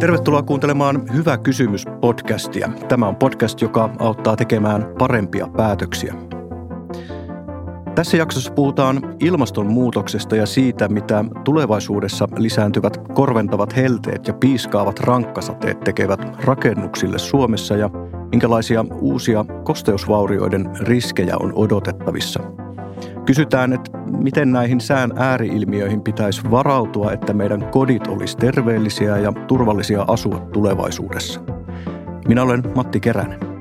Tervetuloa kuuntelemaan Hyvä kysymys -podcastia. Tämä on podcast, joka auttaa tekemään parempia päätöksiä. Tässä jaksossa puhutaan ilmastonmuutoksesta ja siitä, mitä tulevaisuudessa lisääntyvät korventavat helteet ja piiskaavat rankkasateet tekevät rakennuksille Suomessa ja minkälaisia uusia kosteusvaurioiden riskejä on odotettavissa. Kysytään, että miten näihin sään ääriilmiöihin pitäisi varautua, että meidän kodit olisi terveellisiä ja turvallisia asua tulevaisuudessa. Minä olen Matti Keränen.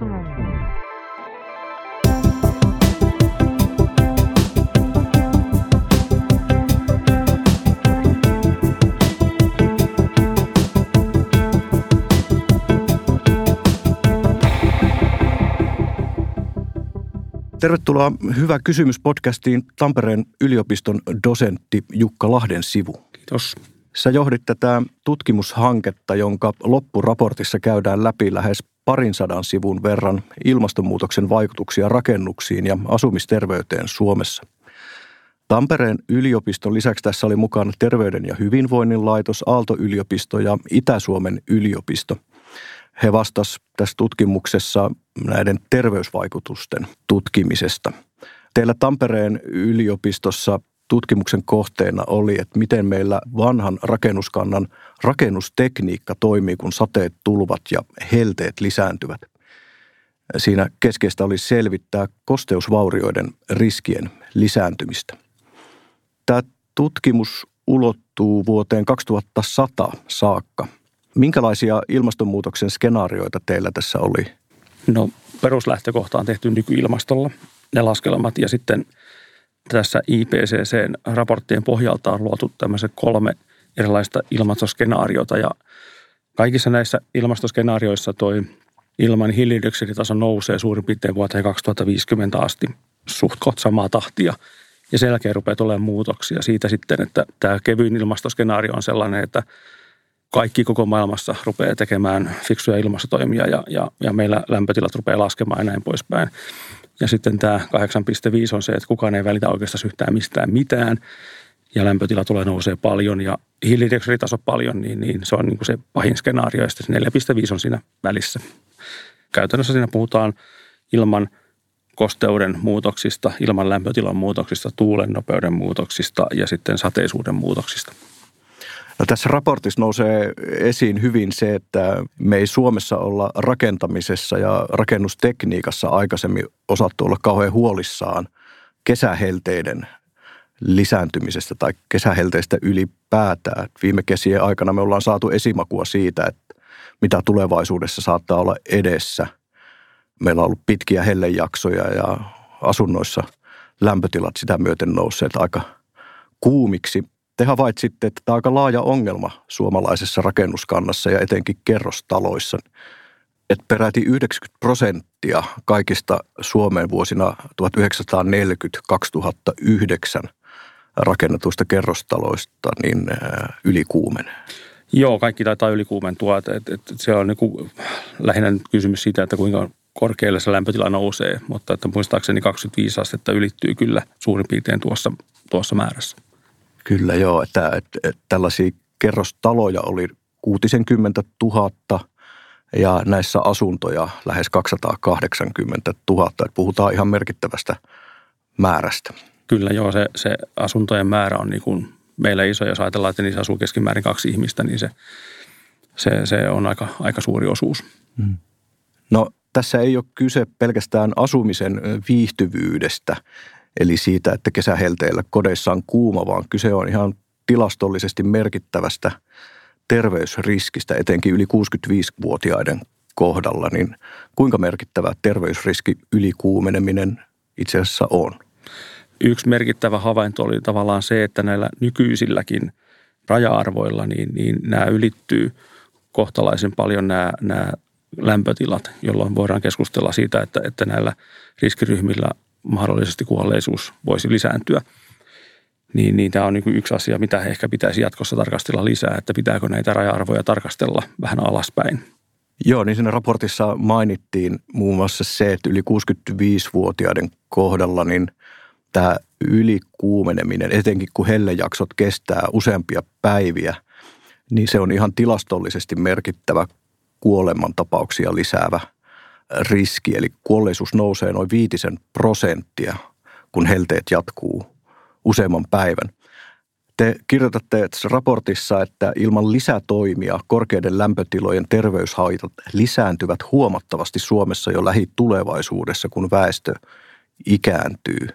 Tervetuloa Hyvä kysymys -podcastiin Tampereen yliopiston dosentti Jukka Lahdensivu. Kiitos. Sä johdit tätä tutkimushanketta, jonka loppuraportissa käydään läpi lähes 200 sivun verran ilmastonmuutoksen vaikutuksia rakennuksiin ja asumisterveyteen Suomessa. Tampereen yliopiston lisäksi tässä oli mukana Terveyden ja hyvinvoinnin laitos, Aalto-yliopisto ja Itä-Suomen yliopisto. He vastasivat tässä tutkimuksessa näiden terveysvaikutusten tutkimisesta. Teillä Tampereen yliopistossa tutkimuksen kohteena oli, että miten meillä vanhan rakennuskannan rakennustekniikka toimii, kun sateet, tulvat ja helteet lisääntyvät. Siinä keskeistä oli selvittää kosteusvaurioiden riskien lisääntymistä. Tämä tutkimus ulottuu vuoteen 2100 saakka. Minkälaisia ilmastonmuutoksen skenaarioita teillä tässä oli? No, peruslähtökohta on tehty nykyilmastolla, ne laskelmat, ja sitten tässä IPCC:n raporttien pohjalta on luotu tämmöiset 3 erilaista ilmastoskenaariota, ja kaikissa näissä ilmastoskenaarioissa toi ilman hiilidioksiditaso nousee suurin piirtein vuoteen 2050 asti suht samaa tahtia, ja sen jälkeen rupeaa tulemaan muutoksia siitä sitten, että tämä kevyin ilmastoskenaario on sellainen, että kaikki koko maailmassa rupeaa tekemään fiksuja ilmastotoimia ja meillä lämpötilat rupeaa laskemaan ja näin poispäin. Ja sitten tämä 8,5 on se, että kukaan ei välitä oikeastaan yhtään mistään mitään ja lämpötila tulee nousee paljon ja hiilidioksiditaso paljon, niin se on niin kuin se pahin skenaario ja sitten se 4,5 on siinä välissä. Käytännössä siinä puhutaan ilman kosteuden muutoksista, ilman lämpötilan muutoksista, tuulen nopeuden muutoksista ja sitten sateisuuden muutoksista. No, tässä raportissa nousee esiin hyvin se, että me ei Suomessa olla rakentamisessa ja rakennustekniikassa aikaisemmin osattu olla kauhean huolissaan kesähelteiden lisääntymisestä tai kesähelteistä ylipäätään. Viime kesien aikana me ollaan saatu esimakua siitä, että mitä tulevaisuudessa saattaa olla edessä. Meillä on ollut pitkiä hellejaksoja ja asunnoissa lämpötilat sitä myöten nousseet aika kuumiksi. Te havaitsitte, että tämä on aika laaja ongelma suomalaisessa rakennuskannassa ja etenkin kerrostaloissa. Että peräti 90% kaikista Suomen vuosina 1940-2009 rakennetuista kerrostaloista niin ylikuumenee. Joo, kaikki taitaa ylikuumentua. Se on niin lähinnä kysymys siitä, että kuinka korkealle se lämpötila nousee, mutta että muistaakseni 25 astetta ylittyy kyllä suurin piirtein tuossa määrässä. Kyllä joo, että tällaisia kerrostaloja oli 60 000 ja näissä asuntoja lähes 280 000. Että puhutaan ihan merkittävästä määrästä. Kyllä joo, se asuntojen määrä on niin kuin meillä iso, jos ajatellaan, että niissä asuu keskimäärin 2 ihmistä, niin se on aika suuri osuus. No tässä ei ole kyse pelkästään asumisen viihtyvyydestä. Eli siitä, että kesähelteillä kodeissa on kuuma, vaan kyse on ihan tilastollisesti merkittävästä terveysriskistä, etenkin yli 65-vuotiaiden kohdalla. Niin kuinka merkittävä terveysriski ylikuumeneminen itse asiassa on? Yksi merkittävä havainto oli tavallaan se, että näillä nykyisilläkin raja-arvoilla niin nämä ylittyy kohtalaisen paljon nämä lämpötilat, jolloin voidaan keskustella siitä, että näillä riskiryhmillä mahdollisesti kuolleisuus voisi lisääntyä. Niin tämä on niin yksi asia, mitä ehkä pitäisi jatkossa tarkastella lisää, että pitääkö näitä raja-arvoja tarkastella vähän alaspäin. Joo, niin siinä raportissa mainittiin muun muassa se, että yli 65-vuotiaiden kohdalla niin tämä ylikuumeneminen, etenkin kun hellejaksot kestää useampia päiviä, niin se on ihan tilastollisesti merkittävä kuolemantapauksia lisäävä riski. Eli kuolleisuus nousee noin 5%, kun helteet jatkuu useamman päivän. Te kirjoitatte raportissa, että ilman lisätoimia korkeiden lämpötilojen terveyshaitat lisääntyvät huomattavasti Suomessa jo lähitulevaisuudessa, kun väestö ikääntyy.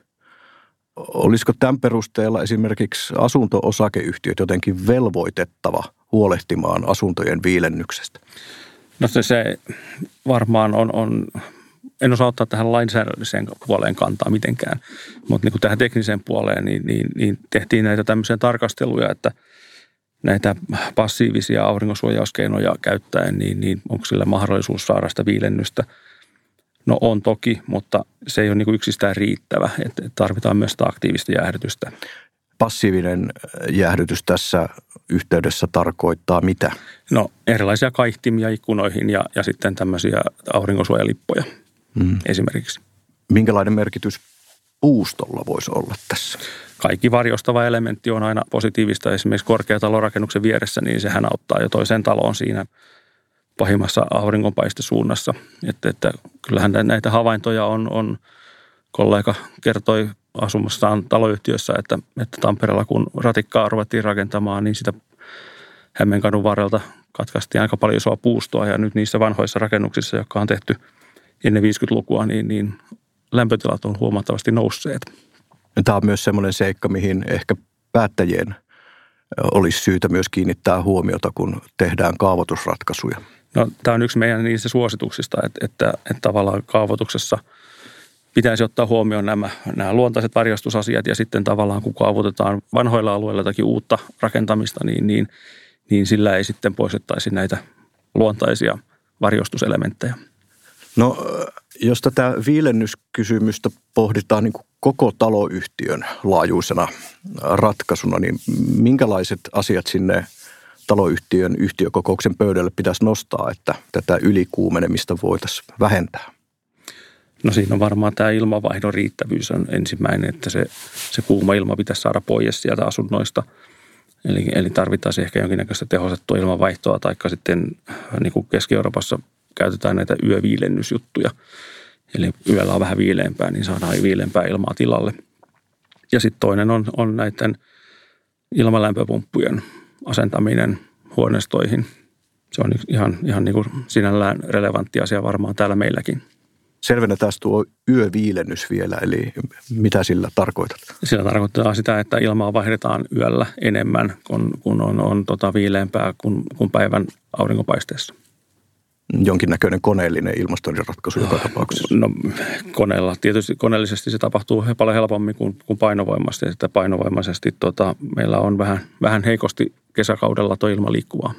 Olisiko tämän perusteella esimerkiksi asunto-osakeyhtiöt jotenkin velvoitettava huolehtimaan asuntojen viilennyksestä? No se varmaan on en osaa ottaa tähän lainsäädännölliseen puoleen kantaa mitenkään, mutta niin kuin tähän tekniseen puoleen niin tehtiin näitä tämmöisiä tarkasteluja, että näitä passiivisia auringonsuojauskeinoja käyttäen, niin onko sillä mahdollisuus saada sitä viilennystä? No on toki, mutta se ei ole niin kuin yksistään riittävä, että tarvitaan myös sitä aktiivista jäähdytystä. Passiivinen jäähdytys tässä yhteydessä tarkoittaa mitä? No erilaisia kaihtimia ikkunoihin ja sitten tämmöisiä auringonsuojalippoja esimerkiksi. Minkälainen merkitys puustolla voisi olla tässä? Kaikki varjostava elementti on aina positiivista. Esimerkiksi korkeatalorakennuksen vieressä, niin sehän auttaa jo toiseen taloon siinä pahimmassa auringonpaistesuunnassa. Että kyllähän näitä havaintoja on kollega kertoi asumassaan taloyhtiössä, että Tampereella kun ratikkaa ruvettiin rakentamaan, niin sitä Hämeenkadun varrelta katkaistiin aika paljon isoa puustoa. Ja nyt niissä vanhoissa rakennuksissa, jotka on tehty ennen 50-lukua, niin lämpötilat on huomattavasti nousseet. Tämä on myös semmoinen seikka, mihin ehkä päättäjien olisi syytä myös kiinnittää huomiota, kun tehdään kaavoitusratkaisuja. No, tämä on yksi meidän niistä suosituksista, että tavallaan kaavoituksessa pitäisi ottaa huomioon nämä luontaiset varjostusasiat ja sitten tavallaan kun kaavoitetaan vanhoilla alueilla jotakin uutta rakentamista, niin sillä ei sitten poistettaisi näitä luontaisia varjostuselementtejä. No, jos tätä viilennyskysymystä pohditaan niin kuin koko taloyhtiön laajuisena ratkaisuna, niin minkälaiset asiat sinne taloyhtiön yhtiökokouksen pöydälle pitäisi nostaa, että tätä ylikuumenemista voitaisiin vähentää? No siinä on varmaan tämä ilmanvaihdon riittävyys on ensimmäinen, että se kuuma ilma pitäisi saada pois sieltä asunnoista. Eli tarvittaisiin ehkä jonkinnäköistä tehostettua ilmanvaihtoa, taikka sitten niin kuin Keski-Euroopassa käytetään näitä yöviilennysjuttuja. Eli yöllä on vähän viileämpää, niin saadaan viileämpää ilmaa tilalle. Ja sitten toinen on näiden ilmalämpöpumppujen asentaminen huoneistoihin. Se on ihan niin kuin sinällään relevantti asia varmaan täällä meilläkin. Selvennetään tuo yöviilennys vielä, eli mitä sillä tarkoitat? Sillä tarkoittaa sitä, että ilmaa vaihdetaan yöllä enemmän, kun on viileämpää kuin päivän auringonpaisteessa. Jonkinnäköinen koneellinen ilmastonratkaisu joka tapauksessa? No koneella. Tietysti koneellisesti se tapahtuu paljon helpommin kuin painovoimasti. Ja sitä painovoimaisesti meillä on vähän heikosti kesäkaudella tuo ilma liikkuvaa.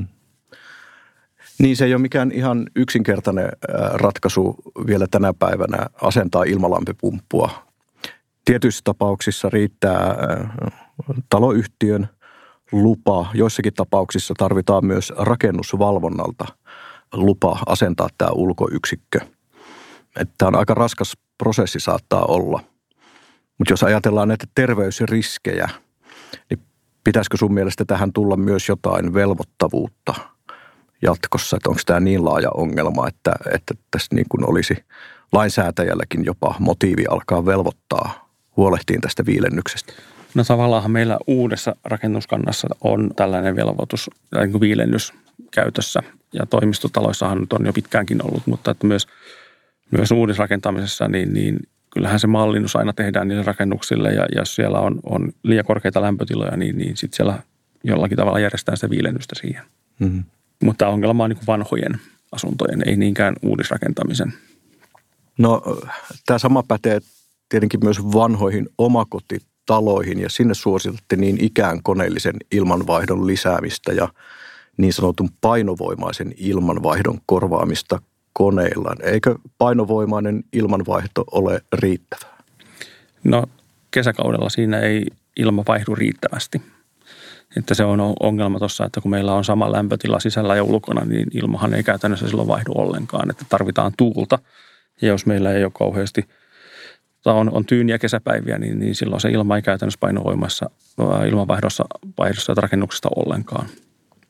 Niin se ei ole mikään ihan yksinkertainen ratkaisu vielä tänä päivänä asentaa ilmalämpöpumppua. Tietyissä tapauksissa riittää taloyhtiön lupa. Joissakin tapauksissa tarvitaan myös rakennusvalvonnalta lupa asentaa tämä ulkoyksikkö. Tämä on aika raskas prosessi saattaa olla. Mutta jos ajatellaan näitä terveysriskejä, niin pitäisikö sun mielestä tähän tulla myös jotain velvoittavuutta jatkossa? Että onko tämä niin laaja ongelma, että tässä niin kuin olisi lainsäätäjälläkin jopa motiivi alkaa velvoittaa huolehtiin tästä viilennyksestä? No tavallaan meillä uudessa rakennuskannassa on tällainen velvoitus, niin kuin viilennys käytössä. Ja toimistotaloissahan nyt on jo pitkäänkin ollut, mutta että myös uudisrakentamisessa, niin kyllähän se mallinnus aina tehdään niille rakennuksille. Ja jos siellä on liian korkeita lämpötiloja, niin sitten siellä jollakin tavalla järjestetään sitä viilennystä siihen. Mm-hmm. Mutta tämä ongelma on niin kuin vanhojen asuntojen, ei niinkään uudisrakentamisen. No tämä sama pätee tietenkin myös vanhoihin omakotitaloihin ja sinne suositatte niin ikään koneellisen ilmanvaihdon lisäämistä ja niin sanotun painovoimaisen ilmanvaihdon korvaamista koneilla. Eikö painovoimainen ilmanvaihto ole riittävää? No kesäkaudella siinä ei ilma vaihdu riittävästi. Että se on ongelma tuossa, että kun meillä on sama lämpötila sisällä ja ulkona, niin ilmahan ei käytännössä silloin vaihdu ollenkaan. Että tarvitaan tuulta ja jos meillä ei ole kauheasti on tyyniä kesäpäiviä, niin silloin se ilma ei käytännössä painovoimassa ilmanvaihdossa rakennuksesta ollenkaan.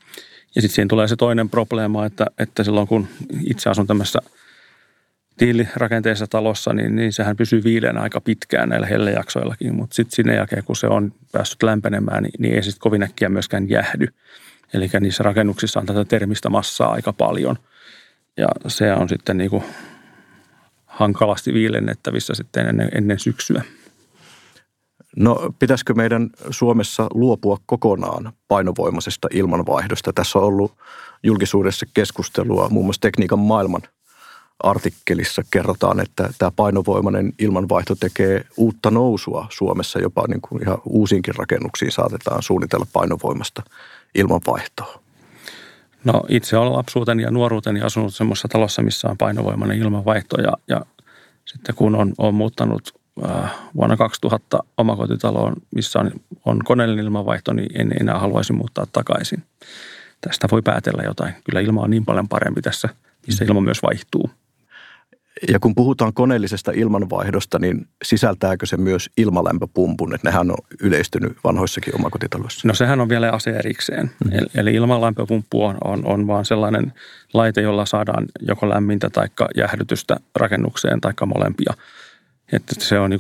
Ja sitten siinä tulee se toinen probleema, että silloin kun itse asun tämmöisessä tiilirakenteessa talossa, niin sehän pysyy viileänä aika pitkään näillä hellejaksoillakin. Mutta sitten sinne jälkeen, kun se on päässyt lämpenemään, niin ei sitten kovin äkkiä myöskään jähdy. Eli niissä rakennuksissa on tätä termistä massaa aika paljon. Ja se on sitten niin kuin hankalasti viilennettävissä sitten ennen syksyä. No pitäisikö meidän Suomessa luopua kokonaan painovoimaisesta ilmanvaihdosta? Tässä on ollut julkisuudessa keskustelua, muun muassa Tekniikan maailman artikkelissa kerrotaan, että tämä painovoimainen ilmanvaihto tekee uutta nousua Suomessa. Jopa niin kuin ihan uusiinkin rakennuksiin saatetaan suunnitella painovoimasta ilmanvaihtoa. No itse olen lapsuuteni ja nuoruuteni asunut semmoisessa talossa, missä on painovoimainen ilmanvaihto ja sitten kun on muuttanut vuonna 2000 omakotitaloon, missä on koneellinen ilmanvaihto, niin en enää haluaisi muuttaa takaisin. Tästä voi päätellä jotain. Kyllä ilma on niin paljon parempi tässä, missä ilma myös vaihtuu. Ja kun puhutaan koneellisesta ilmanvaihdosta, niin sisältääkö se myös ilmalämpöpumpun? Että nehän on yleistynyt vanhoissakin omakotitaloissa. No sehän on vielä asia erikseen. Eli ilmalämpöpumppu on vaan sellainen laite, jolla saadaan joko lämmintä tai jäähdytystä rakennukseen tai molempia. Että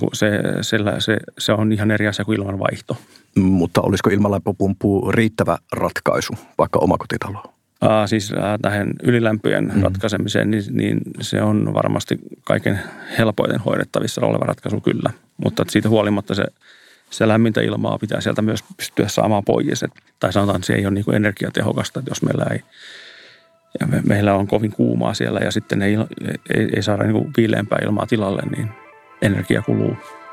se on ihan eri asia kuin ilmanvaihto. Mutta olisiko ilmalämpöpumppu riittävä ratkaisu vaikka omakotitaloon? Siis tähän ylilämpöjen ratkaisemiseen, niin se on varmasti kaiken helpoiten hoidettavissa oleva ratkaisu kyllä. Mutta siitä huolimatta se lämmintä ilmaa pitää sieltä myös pystyä saamaan pois. Tai sanotaan, että se ei ole niin kuin energiatehokasta, että jos meillä on kovin kuumaa siellä ja sitten ei saada niin kuin viileämpää ilmaa tilalle, niin energia kuluu.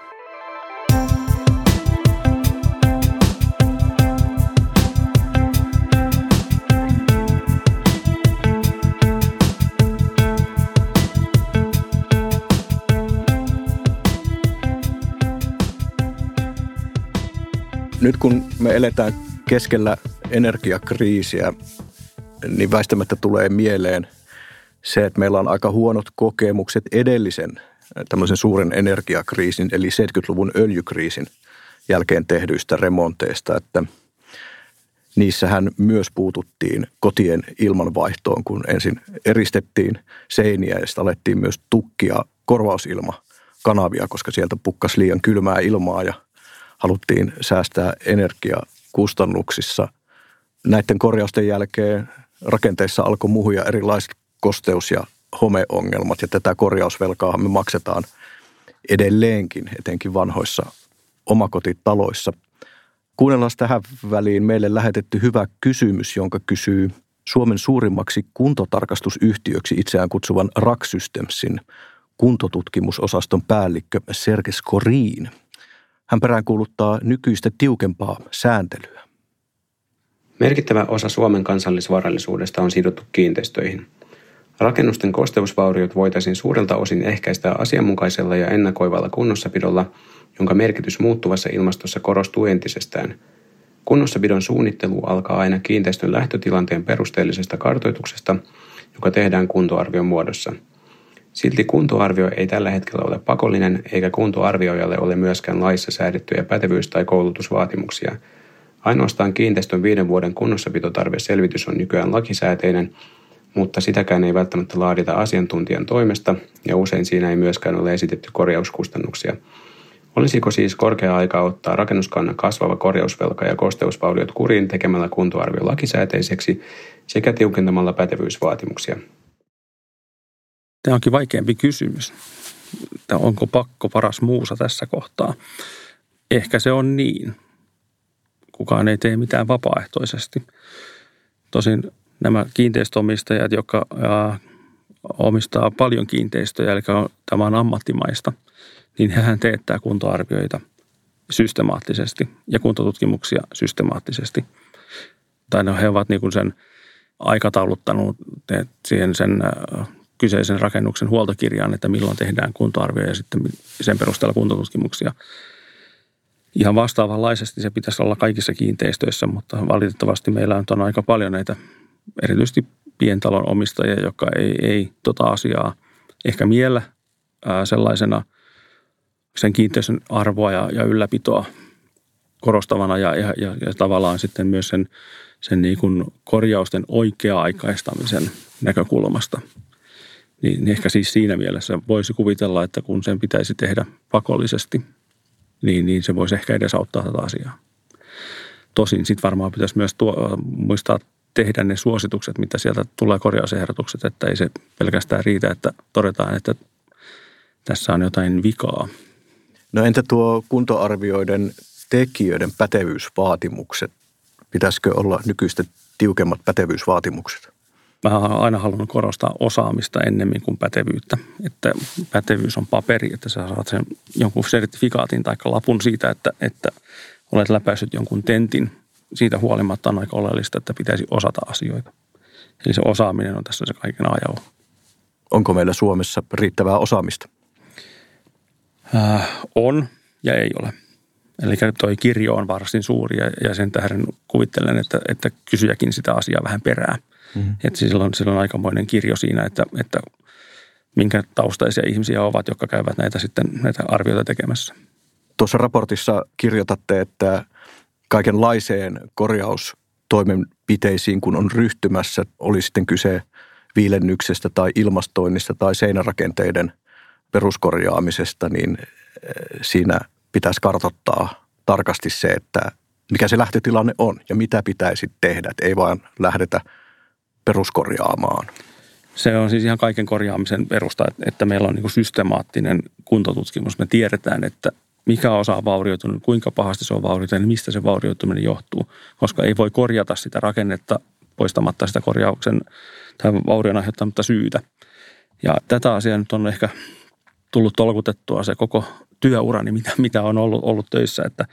Nyt kun me eletään keskellä energiakriisiä, niin väistämättä tulee mieleen se, että meillä on aika huonot kokemukset edellisen tämmöisen suuren energiakriisin, eli 70-luvun öljykriisin jälkeen tehdyistä remonteista, että niissähän myös puututtiin kotien ilmanvaihtoon, kun ensin eristettiin seiniä ja sitten alettiin myös tukkia korvausilmakanavia, koska sieltä pukkasi liian kylmää ilmaa ja haluttiin säästää energiakustannuksissa. Näiden korjausten jälkeen rakenteissa alkoi muhuja erilaiset kosteus- ja homeongelmat, ja tätä korjausvelkaa me maksetaan edelleenkin, etenkin vanhoissa omakotitaloissa. Kuunnellaan tähän väliin meille lähetetty hyvä kysymys, jonka kysyy Suomen suurimmaksi kuntotarkastusyhtiöksi itseään kutsuvan RAK Systemsin kuntotutkimusosaston päällikkö Serge Skorin. Hän peräänkuuluttaa nykyistä tiukempaa sääntelyä. Merkittävä osa Suomen kansallisvarallisuudesta on sidottu kiinteistöihin. Rakennusten kosteusvauriot voitaisiin suurelta osin ehkäistä asianmukaisella ja ennakoivalla kunnossapidolla, jonka merkitys muuttuvassa ilmastossa korostuu entisestään. Kunnossapidon suunnittelu alkaa aina kiinteistön lähtötilanteen perusteellisesta kartoituksesta, joka tehdään kuntoarvion muodossa. Silti kuntoarvio ei tällä hetkellä ole pakollinen, eikä kuntoarvioijalle ole myöskään laissa säädettyjä pätevyys- tai koulutusvaatimuksia. Ainoastaan kiinteistön 5 vuoden kunnossapitotarveselvitys on nykyään lakisääteinen, mutta sitäkään ei välttämättä laadita asiantuntijan toimesta ja usein siinä ei myöskään ole esitetty korjauskustannuksia. Olisiko siis korkea aika ottaa rakennuskannan kasvava korjausvelka ja kosteusvauriot kuriin tekemällä kuntoarvio lakisääteiseksi sekä tiukentamalla pätevyysvaatimuksia? Tämä onkin vaikeampi kysymys. Onko pakko paras muusa tässä kohtaa? Ehkä se on niin. Kukaan ei tee mitään vapaaehtoisesti. Tosin nämä kiinteistöomistajat, jotka omistaa paljon kiinteistöjä, eli tämä on ammattimaista, niin hehän teettää kuntoarvioita systemaattisesti ja kuntotutkimuksia systemaattisesti. Tai he ovat niin kuin sen aikatauluttanut siihen sen kyseisen rakennuksen huoltokirjaan, että milloin tehdään kuntoarvio ja sitten sen perusteella kuntotutkimuksia. Ihan vastaavanlaisesti se pitäisi olla kaikissa kiinteistöissä, mutta valitettavasti meillä on aika paljon näitä erityisesti pientalon omistajia, jotka ei tota asiaa ehkä miellä sellaisena sen kiinteistön arvoa ja ylläpitoa korostavana ja tavallaan sitten myös sen niin kuin korjausten oikea-aikaistamisen näkökulmasta. Niin ehkä siis siinä mielessä voisi kuvitella, että kun sen pitäisi tehdä pakollisesti, niin se voisi ehkä edesauttaa tätä asiaa. Tosin sitten varmaan pitäisi myös muistaa tehdä ne suositukset, mitä sieltä tulee korjausehdotukset, että ei se pelkästään riitä, että todetaan, että tässä on jotain vikaa. No entä tuo kuntoarvioiden tekijöiden pätevyysvaatimukset? Pitäisikö olla nykyistä tiukemmat pätevyysvaatimukset? Mä oon aina halunnut korostaa osaamista ennemmin kuin pätevyyttä. Että pätevyys on paperi, että sä saat sen jonkun sertifikaatin tai lapun siitä, että olet läpäissyt jonkun tentin. Siitä huolimatta on aika oleellista, että pitäisi osata asioita. Eli se osaaminen on tässä se kaiken ajan. Onko meillä Suomessa riittävää osaamista? On ja ei ole. Eli toi kirjo on varsin suuri ja sen tähden kuvittelen, että kysyjäkin sitä asiaa vähän perää. Mm-hmm. Että silloin on aikamoinen kirjo siinä, että minkä taustaisia ihmisiä ovat, jotka käyvät näitä arvioita tekemässä. Tuossa raportissa kirjoitatte, että kaikenlaiseen korjaustoimenpiteisiin, kun on ryhtymässä, oli sitten kyse viilennyksestä tai ilmastoinnista tai seinärakenteiden peruskorjaamisesta, niin siinä pitäisi kartoittaa tarkasti se, että mikä se lähtötilanne on ja mitä pitäisi tehdä, että ei vaan lähdetä peruskorjaamaan. Se on siis ihan kaiken korjaamisen perusta, että meillä on niin kuin systemaattinen kuntotutkimus. Me tiedetään, että mikä osa on vaurioitunut, kuinka pahasti se on vaurioitunut ja mistä se vaurioituminen johtuu, koska ei voi korjata sitä rakennetta poistamatta sitä korjauksen tai vaurion aiheuttamata syytä. Ja tätä asiaa nyt on ehkä tullut tolkutettua se koko työurani, mitä on ollut töissä, että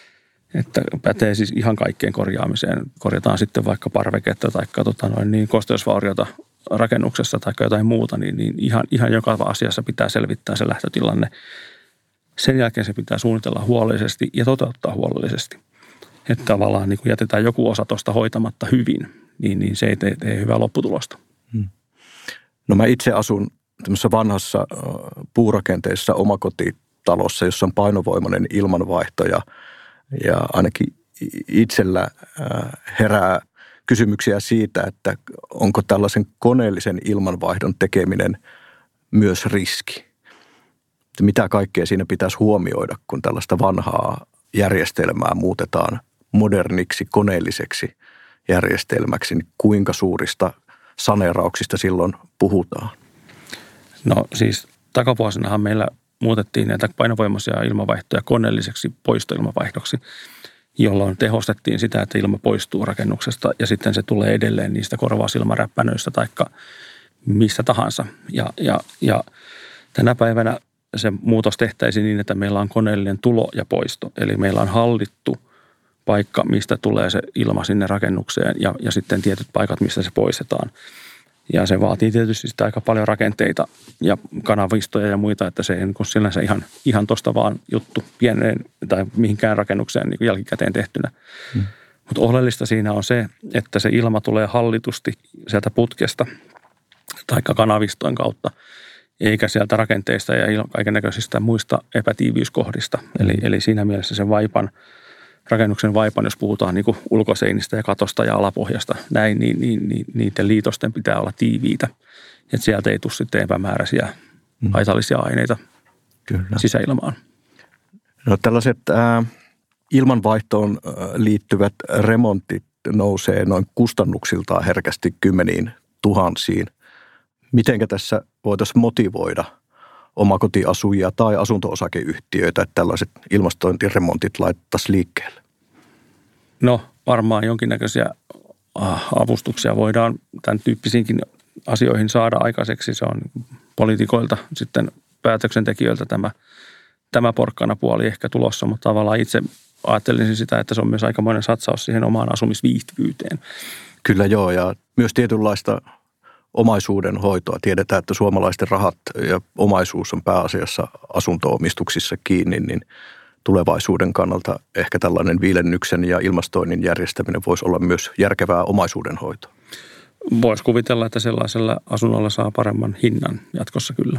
pätee siis ihan kaikkeen korjaamiseen. Korjataan sitten vaikka parveketta tai kosteusvauriota rakennuksessa tai jotain muuta, niin ihan joka asiassa pitää selvittää se lähtötilanne. Sen jälkeen se pitää suunnitella huolellisesti ja toteuttaa huolellisesti. Että tavallaan niin kun jätetään joku osa tuosta hoitamatta hyvin, niin se ei tee hyvää lopputulosta. No mä itse asun tämmöisessä vanhassa puurakenteessa omakotitalossa, jossa on painovoimainen ilmanvaihto ja ainakin itsellä herää kysymyksiä siitä, että onko tällaisen koneellisen ilmanvaihdon tekeminen myös riski. Mitä kaikkea siinä pitäisi huomioida, kun tällaista vanhaa järjestelmää muutetaan moderniksi, koneelliseksi järjestelmäksi, niin kuinka suurista saneerauksista silloin puhutaan? No siis takavuosinahan meillä muutettiin näitä painovoimaisia ilmanvaihtoja koneelliseksi poistoilmanvaihdoksi, jolloin tehostettiin sitä, että ilma poistuu rakennuksesta ja sitten se tulee edelleen niistä korvausilmaräppänöistä tai mistä tahansa. Ja tänä päivänä se muutos tehtäisiin niin, että meillä on koneellinen tulo ja poisto. Eli meillä on hallittu paikka, mistä tulee se ilma sinne rakennukseen ja sitten tietyt paikat, mistä se poistetaan. Ja se vaatii tietysti sitä aika paljon rakenteita ja kanavistoja ja muita, että se ei niin sinänsä ihan tuosta vaan juttu pieneen tai mihinkään rakennukseen niin jälkikäteen tehtynä. Mutta oleellista siinä on se, että se ilma tulee hallitusti sieltä putkesta tai kanavistojen kautta, eikä sieltä rakenteista ja kaikennäköisistä muista epätiiviyskohdista. Eli siinä mielessä se rakennuksen vaipan, jos puhutaan niin kuin ulkoseinistä ja katosta ja alapohjasta, näin, niin niiden liitosten pitää olla tiiviitä. Että sieltä ei tule sitten epämääräisiä haitallisia aineita sisäilmaan. No tällaiset ilmanvaihtoon liittyvät remontit nousee noin kustannuksiltaan herkästi 10 000. Mitenkä tässä voitaisiin motivoida omakotiasujia tai asunto-osakeyhtiöitä, että tällaiset ilmastointiremontit laittaisiin liikkeelle? No varmaan jonkinnäköisiä avustuksia voidaan tämän tyyppisiinkin asioihin saada aikaiseksi. Se on poliitikoilta sitten päätöksentekijöiltä tämä porkkanapuoli ehkä tulossa, mutta tavallaan itse ajattelisin sitä, että se on myös aikamoinen satsaus siihen omaan asumisviihtyvyyteen. Kyllä joo, ja myös tietynlaista omaisuuden hoitoa. Tiedetään, että suomalaisten rahat ja omaisuus on pääasiassa asunto-omistuksissa kiinni, niin tulevaisuuden kannalta ehkä tällainen viilennyksen ja ilmastoinnin järjestäminen voisi olla myös järkevää omaisuuden hoitoa. Voisi kuvitella, että sellaisella asunnolla saa paremman hinnan jatkossa kyllä.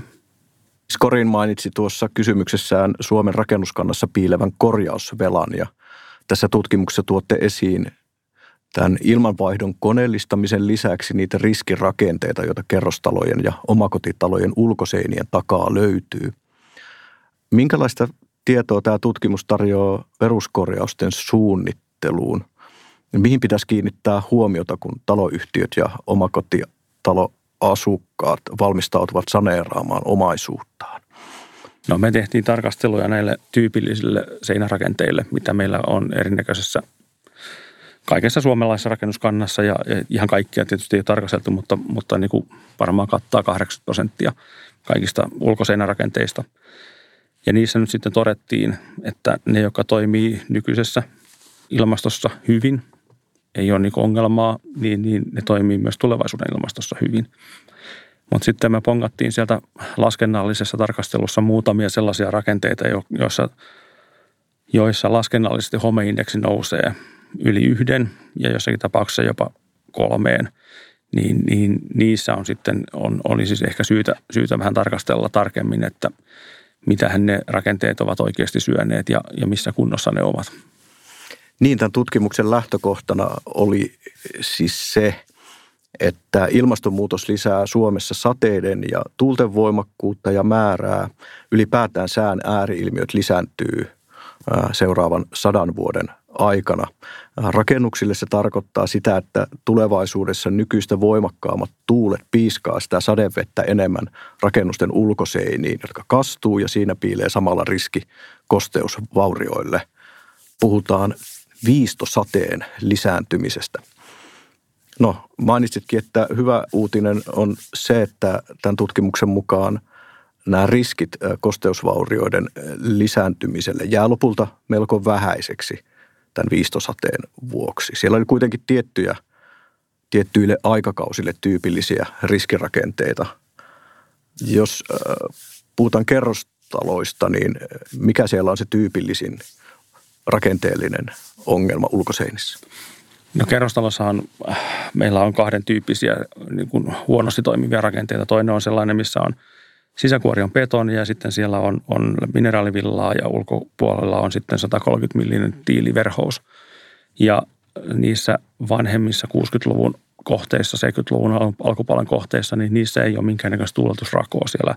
Skorin mainitsi tuossa kysymyksessään Suomen rakennuskannassa piilevän korjausvelan ja Tässä tutkimuksessa tuotte esiin tämän ilmanvaihdon koneellistamisen lisäksi niitä riskirakenteita, joita kerrostalojen ja omakotitalojen ulkoseinien takaa löytyy. Minkälaista tietoa tämä tutkimus tarjoaa peruskorjausten suunnitteluun? Mihin pitäisi kiinnittää huomiota, kun taloyhtiöt ja omakotitaloasukkaat valmistautuvat saneeraamaan omaisuuttaan? No me tehtiin tarkasteluja näille tyypillisille seinärakenteille, mitä meillä on erinäköisessä kaikessa suomalaisessa rakennuskannassa ja ihan kaikkia tietysti ei ole tarkasteltu, mutta niin kuin varmaan kattaa 80% kaikista ulkoseinärakenteista. Ja niissä nyt sitten todettiin, että ne, jotka toimii nykyisessä ilmastossa hyvin, ei ole niin ongelmaa, niin ne toimii myös tulevaisuuden ilmastossa hyvin. Mutta sitten me pongattiin sieltä laskennallisessa tarkastelussa muutamia sellaisia rakenteita, joissa laskennallisesti homeindeksi nousee yli 1 ja jossakin tapauksessa jopa 3, niin niissä on sitten, oli siis ehkä syytä vähän tarkastella tarkemmin, että mitähän ne rakenteet ovat oikeasti syöneet ja missä kunnossa ne ovat. Niin, tämän tutkimuksen lähtökohtana oli siis se, että ilmastonmuutos lisää Suomessa sateiden ja tuulten voimakkuutta ja määrää. Ylipäätään sään ääriilmiöt lisääntyy seuraavan 100 vuoden aikana. Rakennuksille se tarkoittaa sitä, että tulevaisuudessa nykyistä voimakkaammat tuulet piiskaa sitä sadevettä enemmän rakennusten ulkoseiniin, jotka kastuu ja siinä piilee samalla riski kosteusvaurioille. Puhutaan viistosateen lisääntymisestä. No, mainitsitkin, että hyvä uutinen on se, että tämän tutkimuksen mukaan nämä riskit kosteusvaurioiden lisääntymiselle jää lopulta melko vähäiseksi tämän viistosateen vuoksi. Siellä oli kuitenkin tiettyille aikakausille tyypillisiä riskirakenteita. Jos puhutaan kerrostaloista, niin mikä siellä on se tyypillisin rakenteellinen ongelma ulkoseinissä? No kerrostalossahan meillä on 2 tyyppisiä niin kuin huonosti toimivia rakenteita. Toinen on sellainen, missä on sisäkuori on betoni ja sitten siellä on mineraalivillaa ja ulkopuolella on sitten 130 millinen tiiliverhous. Ja niissä vanhemmissa 60-luvun kohteissa, 70-luvun alkupuolen kohteissa, niin niissä ei ole minkäännäköistä tuuletusrakoa siellä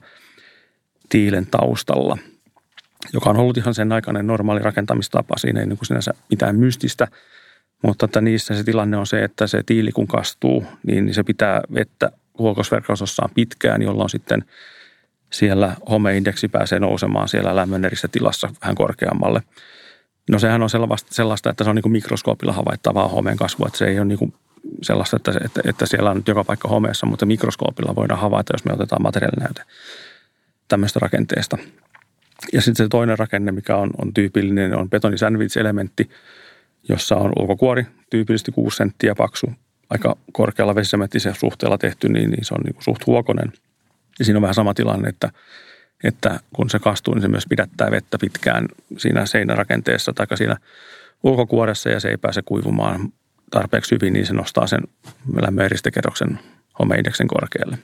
tiilen taustalla, joka on ollut ihan sen aikainen normaali rakentamistapa. Siinä ei niin kuin sinänsä mitään mystistä, mutta että niissä se tilanne on se, että se tiili kun kastuu, niin se pitää vettä huokosverkostossaan pitkään, jolloin sitten siellä homeindeksi pääsee nousemaan siellä lämmönerissä tilassa vähän korkeammalle. No sehän on sellaista, että se on niin kuin mikroskoopilla havaittavaa homeen kasvua, että se ei ole niin kuin sellaista, että siellä on nyt joka paikka homeessa, mutta mikroskoopilla voidaan havaita, jos me otetaan materiaalinäyte tämmöistä rakenteesta. Ja sitten se toinen rakenne, mikä on tyypillinen, on betonisandwich-elementti, jossa on ulkokuori tyypillisesti 6 senttiä paksu, aika korkealla vesisementtisen suhteella tehty, niin se on niin kuin suht huokonen. Ja siinä on vähän sama tilanne, että kun se kastuu, niin se myös pidättää vettä pitkään siinä seinärakenteessa tai siinä ulkokuoressa ja se ei pääse kuivumaan tarpeeksi hyvin, niin se nostaa sen lämmöeristekerroksen homeindeksen korkealle.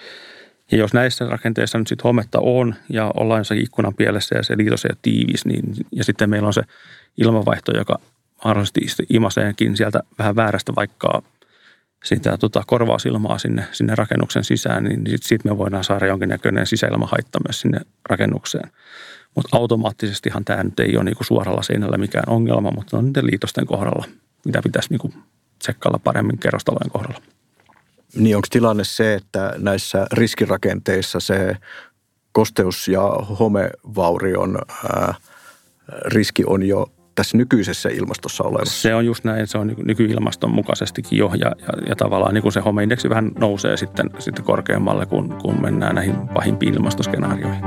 Ja jos näissä rakenteissa nyt sitten hometta on ja ollaan jossakin ikkunan pielessä ja se liitos ei ole tiivis, niin, ja sitten meillä on se ilmanvaihto, joka mahdollisesti imaseekin sieltä vähän väärästä vaikka sitä korvausilmaa sinne rakennuksen sisään, niin sitten me voidaan saada jonkinnäköinen sisäilmahaitta myös sinne rakennukseen. Mutta automaattisestihan tämä nyt ei ole niinku suoralla seinällä mikään ongelma, mutta on niiden liitosten kohdalla, mitä pitäisi niinku tsekkailla paremmin kerrostalojen kohdalla. Niin onko tilanne se, että näissä riskirakenteissa se kosteus- ja homevaurion riski on jo tässä nykyisessä ilmastossa olemassa? Se on just näin, se on nykyilmaston mukaisestikin jo ja tavallaan niin kuin se homeindeksi vähän nousee sitten korkeammalle, kun mennään näihin pahimpiin ilmastoskenaarioihin.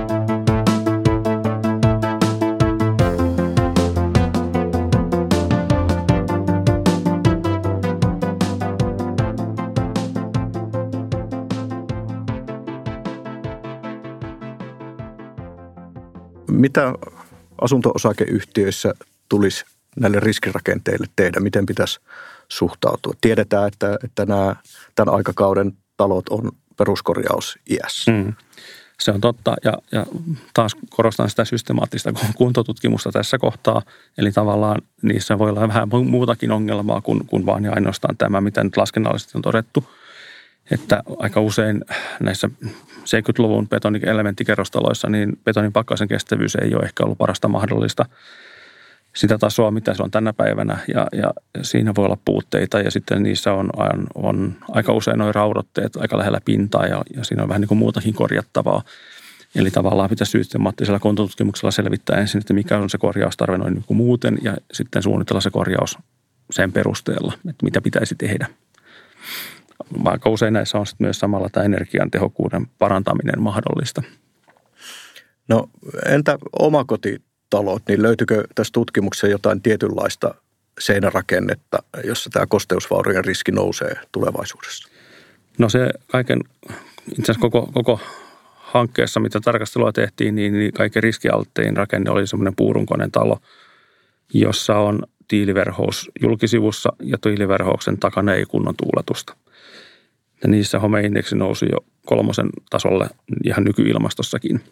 Mitä asunto-osakeyhtiöissä tulisi näille riskirakenteille tehdä? Miten pitäisi suhtautua? Tiedetään, että nämä tämän aikakauden talot on peruskorjausiässä. Se on totta ja taas korostan sitä systemaattista kuntotutkimusta tässä kohtaa. Eli tavallaan niissä voi olla vähän muutakin ongelmaa kuin vaan ja ainoastaan tämä, mitä nyt laskennallisesti on todettu. Että aika usein näissä 70-luvun betonielementtikerrostaloissa niin betonin pakkaisen kestävyys ei ole ehkä ollut parasta mahdollista sitä tasoa, mitä se on tänä päivänä. Ja siinä voi olla puutteita ja sitten niissä on aika usein nuo raudotteet aika lähellä pintaa ja siinä on vähän niin kuin muutakin korjattavaa. Eli tavallaan pitäisi systemaattisella kuntotutkimuksella selvittää ensin, että mikä on se korjaustarve noin niin kuin muuten ja sitten suunnitella se korjaus sen perusteella, että mitä pitäisi tehdä. Aika usein näissä on sitten myös samalla tämä energiantehokkuuden parantaminen mahdollista. No entä omakotitalot, niin löytyykö tässä tutkimuksessa jotain tietynlaista seinärakennetta, jossa tämä kosteusvaurioiden riski nousee tulevaisuudessa? No se itse asiassa koko hankkeessa, mitä tarkastelua tehtiin, niin kaiken riskialttein rakenne oli semmoinen puurunkoinen talo, jossa on tiiliverhous julkisivussa ja tiiliverhouksen takana ei kunnon tuuletusta. Ja niissä homeindeksi nousi jo 3 tasolle ihan nykyilmastossakin.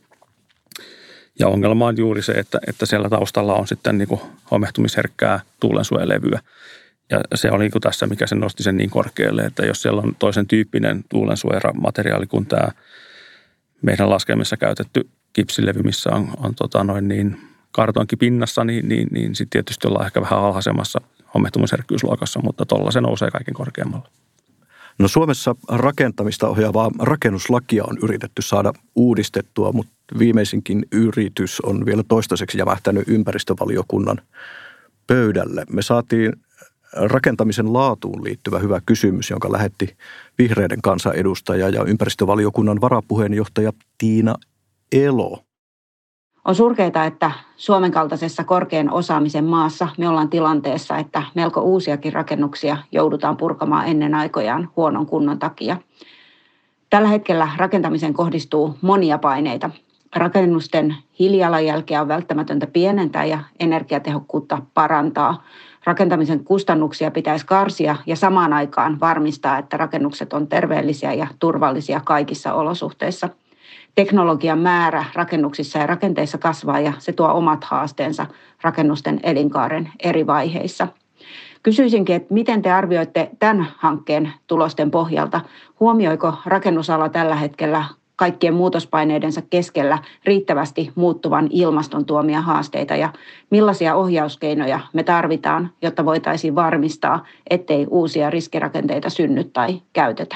Ja ongelma on juuri se, että siellä taustalla on sitten niin kuin homehtumisherkkää tuulensuojalevyä. Ja se oli niin tässä, mikä se nosti sen niin korkealle, että jos siellä on toisen tyyppinen tuulensuojamateriaali kuin tämä meidän laskelmissa käytetty kipsilevy, missä on kartonkipinnassa, niin sitten tietysti ollaan ehkä vähän alhaisemmassa homehtumisherkkyysluokassa, mutta tuolla se nousee kaiken korkeammalle. No Suomessa rakentamista ohjaavaa rakennuslakia on yritetty saada uudistettua, mutta viimeisinkin yritys on vielä toistaiseksi jämähtänyt ympäristövaliokunnan pöydälle. Me saatiin rakentamisen laatuun liittyvä hyvä kysymys, jonka lähetti vihreiden kansanedustaja ja ympäristövaliokunnan varapuheenjohtaja Tiina Elo. On surkeita, että Suomen kaltaisessa korkean osaamisen maassa me ollaan tilanteessa, että melko uusiakin rakennuksia joudutaan purkamaan ennen aikojaan huonon kunnon takia. Tällä hetkellä rakentamiseen kohdistuu monia paineita. Rakennusten hiilijalanjälkeä on välttämätöntä pienentää ja energiatehokkuutta parantaa. Rakentamisen kustannuksia pitäisi karsia ja samaan aikaan varmistaa, että rakennukset on terveellisiä ja turvallisia kaikissa olosuhteissa. Teknologian määrä rakennuksissa ja rakenteissa kasvaa ja se tuo omat haasteensa rakennusten elinkaaren eri vaiheissa. Kysyisinkin, että miten te arvioitte tämän hankkeen tulosten pohjalta? Huomioiko rakennusala tällä hetkellä kaikkien muutospaineiden keskellä riittävästi muuttuvan ilmaston tuomia haasteita ja millaisia ohjauskeinoja me tarvitaan, jotta voitaisiin varmistaa, ettei uusia riskirakenteita synny tai käytetä?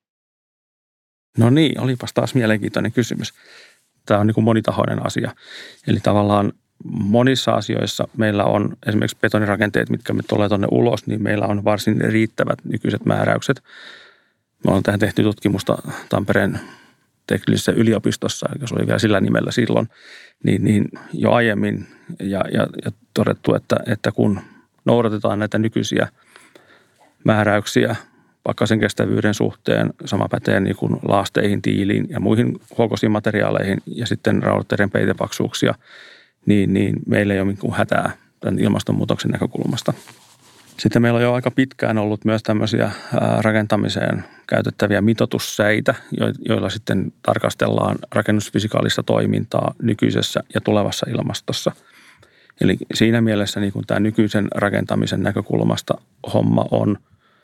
No niin, olipas taas mielenkiintoinen kysymys. Tämä on niin kuin monitahoinen asia. Eli tavallaan monissa asioissa meillä on esimerkiksi betonirakenteet, mitkä me tulee tuonne ulos, niin meillä on varsin riittävät nykyiset määräykset. Me on tähän tehty tutkimusta Tampereen teknillisessä yliopistossa, joka oli vielä sillä nimellä silloin, niin jo aiemmin ja todettu, että kun noudatetaan näitä nykyisiä määräyksiä pakkasen kestävyyden suhteen, sama pätee niin kuin laasteihin, tiiliin ja muihin huokoisiin materiaaleihin ja sitten raudotteiden peitepaksuuksia, niin meillä ei ole mitään hätää tämän ilmastonmuutoksen näkökulmasta. Sitten meillä on jo aika pitkään ollut myös tämmöisiä rakentamiseen käytettäviä mitoitussäitä, joilla sitten tarkastellaan rakennusfysikaalista toimintaa nykyisessä ja tulevassa ilmastossa. Eli siinä mielessä niin kuin tämä nykyisen rakentamisen näkökulmasta homma on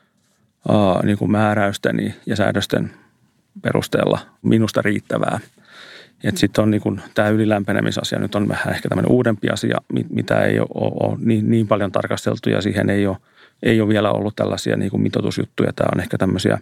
niin kuin määräysten ja säädösten perusteella minusta riittävää. Sitten on niin kuin, tämä ylilämpenemisasia nyt on vähän ehkä tämmöinen uudempi asia, mitä ei ole niin paljon tarkasteltu ja siihen ei ole vielä ollut tällaisia niin kuin mitoitusjuttuja. Tämä on ehkä tämmöisiä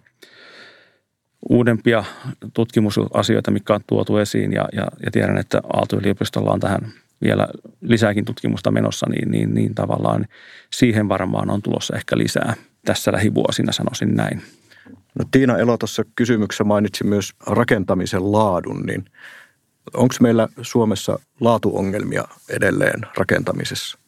uudempia tutkimusasioita, mitkä on tuotu esiin ja tiedän, että Aalto-yliopistolla on tähän vielä lisääkin tutkimusta menossa, niin tavallaan siihen varmaan on tulossa ehkä lisää tässä lähivuosina, sanoisin näin. No Tiina Elo tuossa kysymyksessä mainitsi myös rakentamisen laadun, niin onko meillä Suomessa laatuongelmia edelleen rakentamisessa?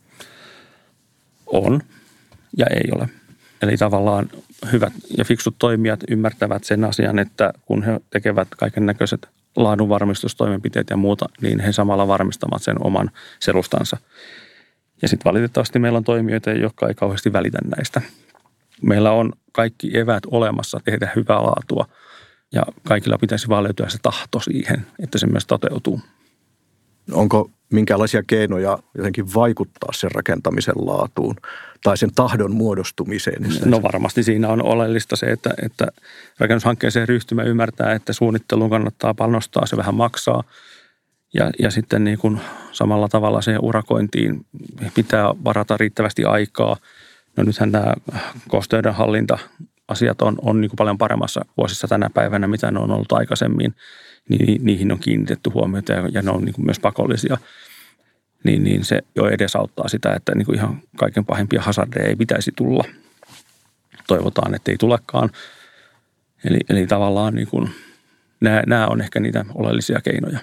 On ja ei ole. Eli tavallaan hyvät ja fiksut toimijat ymmärtävät sen asian, että kun he tekevät kaiken näköiset laadunvarmistustoimenpiteet ja muuta, niin he samalla varmistavat sen oman selustansa. Ja sitten valitettavasti meillä on toimijoita, jotka ei kauheasti välitä näistä. Meillä on kaikki eväät olemassa tehdä hyvää laatua, Ja kaikilla pitäisi vaan löytyä se tahto siihen, että se myös toteutuu. Onko minkälaisia keinoja jotenkin vaikuttaa sen rakentamisen laatuun tai sen tahdon muodostumiseen? No varmasti siinä on oleellista se, että rakennushankkeeseen ryhtymä ymmärtää, että suunnitteluun kannattaa panostaa, se vähän maksaa. Ja sitten niin kuin samalla tavalla siihen urakointiin pitää varata riittävästi aikaa. No nythän nämä kosteuden hallinta-asiat on niin kuin paljon paremmassa vuosissa tänä päivänä, mitä ne on ollut aikaisemmin. Niihin on kiinnitetty huomiota ja ne on niin kuin myös pakollisia. Niin se jo edesauttaa sitä, että niin kuin ihan kaiken pahimpia hazardeja ei pitäisi tulla. Toivotaan, että ei tulekaan. Eli tavallaan niin kuin, nämä on ehkä niitä oleellisia keinoja.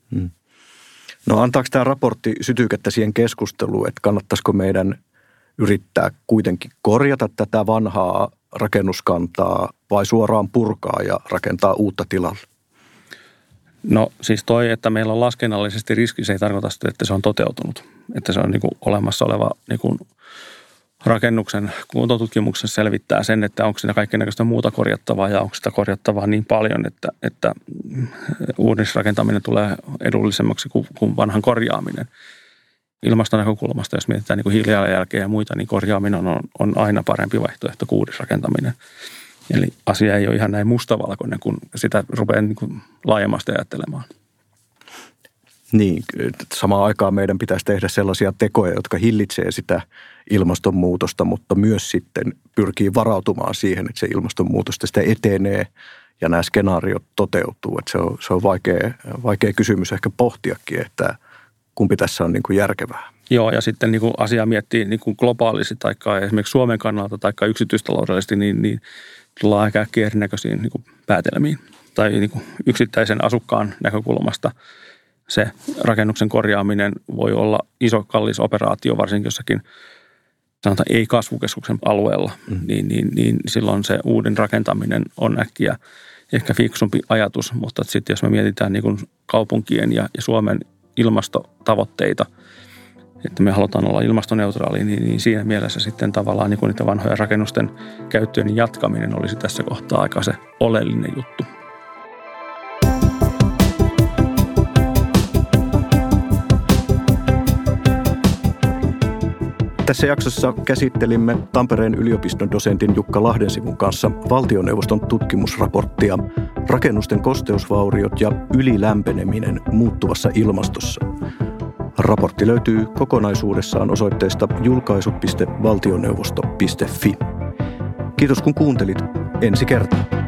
No antaako tämä raportti sytykettä siihen keskusteluun, että kannattaisiko meidän yrittää kuitenkin korjata tätä vanhaa rakennuskantaa vai suoraan purkaa ja rakentaa uutta tilalle? No siis että meillä on laskennallisesti riski, se ei tarkoita sitä, että se on toteutunut. Että se on niin kuin olemassa oleva niin kuin rakennuksen kuntotutkimuksessa selvittää sen, että onko siinä kaikennäköistä muuta korjattavaa ja onko sitä korjattavaa niin paljon, että uudisrakentaminen tulee edullisemmaksi kuin vanhan korjaaminen. Ilmaston näkökulmasta, jos mietitään niin kuin hiilijalanjälkeä ja muita, niin korjaaminen on aina parempi vaihtoehto kuin uudisrakentaminen. Eli asia ei ole ihan näin mustavalkoinen, kun sitä rupeaa niin kuin laajemmasti ajattelemaan. Niin, samaan aikaan meidän pitäisi tehdä sellaisia tekoja, jotka hillitsee sitä ilmastonmuutosta, mutta myös sitten pyrkii varautumaan siihen, että se ilmastonmuutosta sitä etenee ja nämä skenaariot toteutuu. Että se on vaikea kysymys ehkä pohtiakin, että kumpi tässä on niin kuin järkevää. Joo, ja sitten niin kuin asia miettii niin kuin globaalisesti tai esimerkiksi Suomen kannalta tai yksityistaloudellisesti, niin tullaan aika äkkiä erinäköisiin niin kuin päätelmiin. Tai niin kuin yksittäisen asukkaan näkökulmasta se rakennuksen korjaaminen voi olla iso, kallis operaatio, varsinkin jossakin sanotaan ei-kasvukeskuksen alueella. Niin silloin se uuden rakentaminen on äkkiä ehkä fiksumpi ajatus, mutta sitten jos me mietitään niin kuin kaupunkien ja Suomen ilmastotavoitteita, että me halutaan olla ilmastoneutraali, niin siinä mielessä sitten tavallaan niin kuin niitä vanhoja rakennusten käyttöön jatkaminen olisi tässä kohtaa aika se oleellinen juttu. Tässä jaksossa käsittelimme Tampereen yliopiston dosentin Jukka Lahdensivun kanssa valtioneuvoston tutkimusraporttia Rakennusten kosteusvauriot ja ylilämpeneminen muuttuvassa ilmastossa. Raportti löytyy kokonaisuudessaan osoitteesta julkaisut.valtioneuvosto.fi. Kiitos kun kuuntelit. Ensi kertaa.